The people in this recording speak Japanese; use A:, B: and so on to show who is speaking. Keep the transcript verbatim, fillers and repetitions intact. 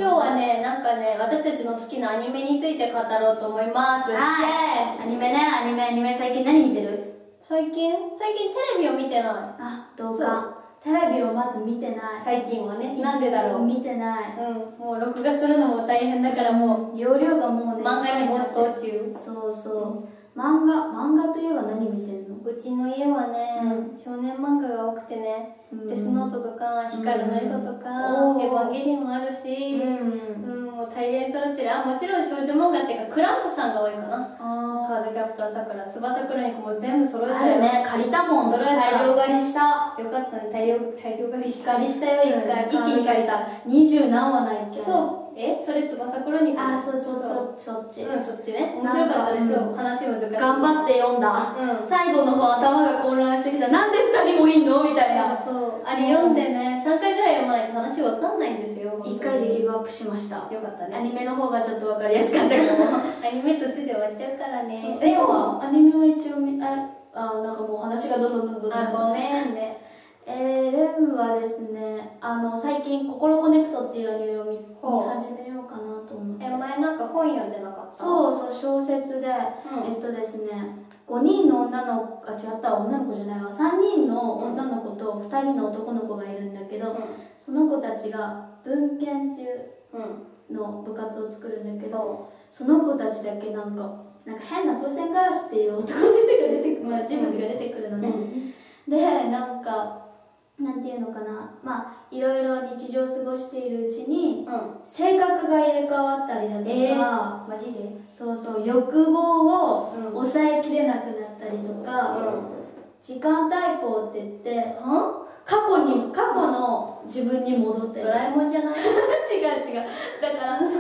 A: 今日はね、なんかね、私たちの好きなアニメについて語ろうと思います。
B: はい、アニメね、アニメ、アニメ、最近何見てる？
A: 最近最近テレビを見てない。
B: あ、動画。テレビをまず見てない。
A: 最近はね、なんでだろう。
B: 見てない。
A: うん、もう録画するのも大変だからもう、
B: 容量がもうね、
A: 漫画に没頭中。
B: そうそう。漫画、漫画といえば何見てんの？
A: うちの家はね、
B: うん、
A: 少年漫画が多くてね、
B: うん、
A: デスノートとか、光の色とか、
B: うん、
A: エヴァンゲリオンもあるし、うん、うん、もう大連揃ってる。あ、もちろん少女漫画っていうか、クランプさんが多いかな。カードキャプターさくら、翼クロニクも全部揃えたよ。
B: あるね、借りたもん。
A: 揃えた。
B: 大量借りした。
A: よかったね、大量、大量借りした。
B: 借りしたよ、一回。
A: 一気に借りた。
B: 二十何話ないっけ？
A: そう。え、それ翼クロニク。
B: あ、そうそうそう、そっち。
A: うん、そっちね。面白かったでしょ。話難しい。
B: 頑張って読んだ。
A: うん。
B: 最後の方頭が混乱してきた。なんで二人もいんのみたいな。
A: そう。あれ読んでね、さんかいぐらい読まないと話わかんないんですよ。
B: いっかいでギブアップしました。
A: よかったね。
B: アニメの方がちょっとわかりやすかったけど。
A: アニメ途中で終わっちゃうからね。
B: え、そう？アニメは一応見、あ、あ、なんかもう話がどんどんどんどん。
A: あ、ごめんね。
B: えー、レンはですね、あの、最近、ココロコネクトっていうアニメを見始めようかなと思って。
A: え、前なんか本読んでなかった？
B: そうそう、小説で、うん、えっとですね、ごにんの女の子、あ、違った、女の子じゃないわ、さんにんの女の子とふたりの男の子がいるんだけど、うん、その子たちが文献っていうの部活を作るんだけど、その子たちだけなんか、なんか変な風船ガラスっていう男の人が出てくる、まあ、人物が出てくるのね。うん、で、なんか、なんていうのかな、まあいろいろ日常を過ごしているうちに、うん、性格が入れ替わったりだとか、えー、
A: マジで？
B: そうそう、欲望を抑えきれなくなったりとか、うん、時間対抗って言って、うん、過去に過去の自分に戻ってる。
A: ドラえもんじゃない？
B: 違う違う。だから